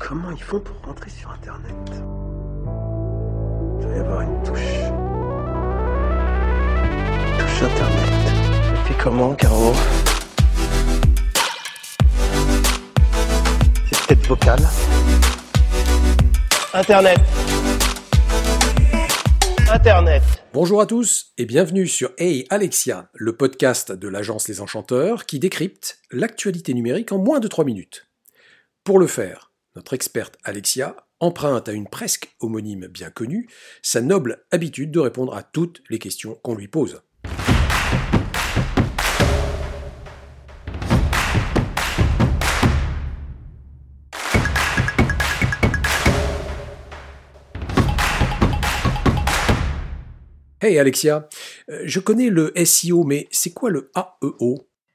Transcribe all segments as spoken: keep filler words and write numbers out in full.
Comment ils font pour rentrer sur Internet? Il doit y avoir une touche. Touche Internet. Elle fait comment, Caro? C'est peut-être vocal. Internet. Internet. Bonjour à tous et bienvenue sur Hey Alexia, le podcast de l'agence Les Enchanteurs qui décrypte l'actualité numérique en moins de trois minutes. Pour le faire, notre experte Alexia emprunte à une presque homonyme bien connue sa noble habitude de répondre à toutes les questions qu'on lui pose. Hey Alexia, je connais le S E O, mais c'est quoi le A E O?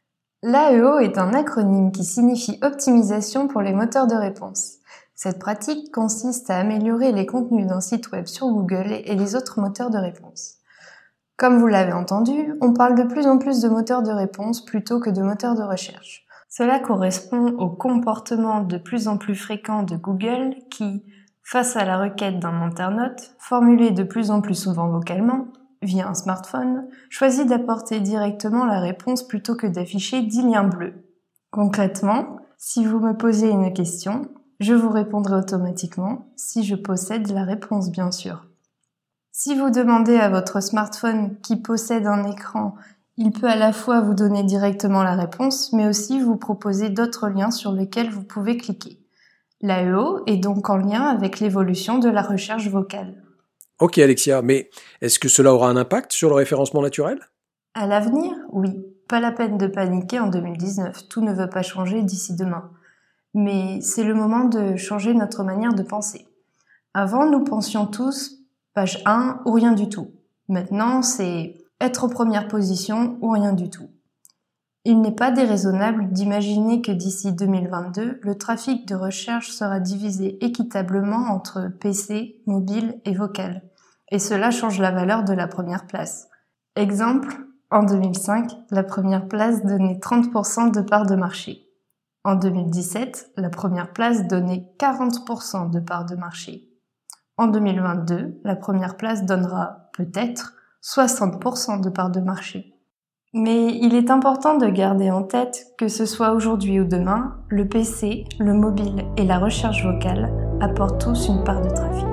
L'A E O est un acronyme qui signifie optimisation pour les moteurs de réponse. Cette pratique consiste à améliorer les contenus d'un site web sur Google et les autres moteurs de réponse. Comme vous l'avez entendu, on parle de plus en plus de moteurs de réponse plutôt que de moteurs de recherche. Cela correspond au comportement de plus en plus fréquent de Google qui, face à la requête d'un internaute, formulée de plus en plus souvent vocalement, via un smartphone, choisit d'apporter directement la réponse plutôt que d'afficher dix liens bleus. Concrètement, si vous me posez une question, je vous répondrai automatiquement, si je possède la réponse bien sûr. Si vous demandez à votre smartphone qui possède un écran, il peut à la fois vous donner directement la réponse, mais aussi vous proposer d'autres liens sur lesquels vous pouvez cliquer. L'A E O est donc en lien avec l'évolution de la recherche vocale. Ok Alexia, mais est-ce que cela aura un impact sur le référencement naturel? À l'avenir, oui. Pas la peine de paniquer en deux mille dix-neuf, tout ne va pas changer d'ici demain. Mais c'est le moment de changer notre manière de penser. Avant, nous pensions tous page un ou rien du tout. Maintenant, c'est être en première position ou rien du tout. Il n'est pas déraisonnable d'imaginer que d'ici deux mille vingt-deux, le trafic de recherche sera divisé équitablement entre P C, mobile et vocal. Et cela change la valeur de la première place. Exemple, en deux mille cinq, la première place donnait trente pour cent de part de marché. En deux mille dix-sept, la première place donnait quarante pour cent de part de marché. En deux mille vingt-deux, la première place donnera, peut-être, soixante pour cent de part de marché. Mais il est important de garder en tête que ce soit aujourd'hui ou demain, le P C, le mobile et la recherche vocale apportent tous une part de trafic.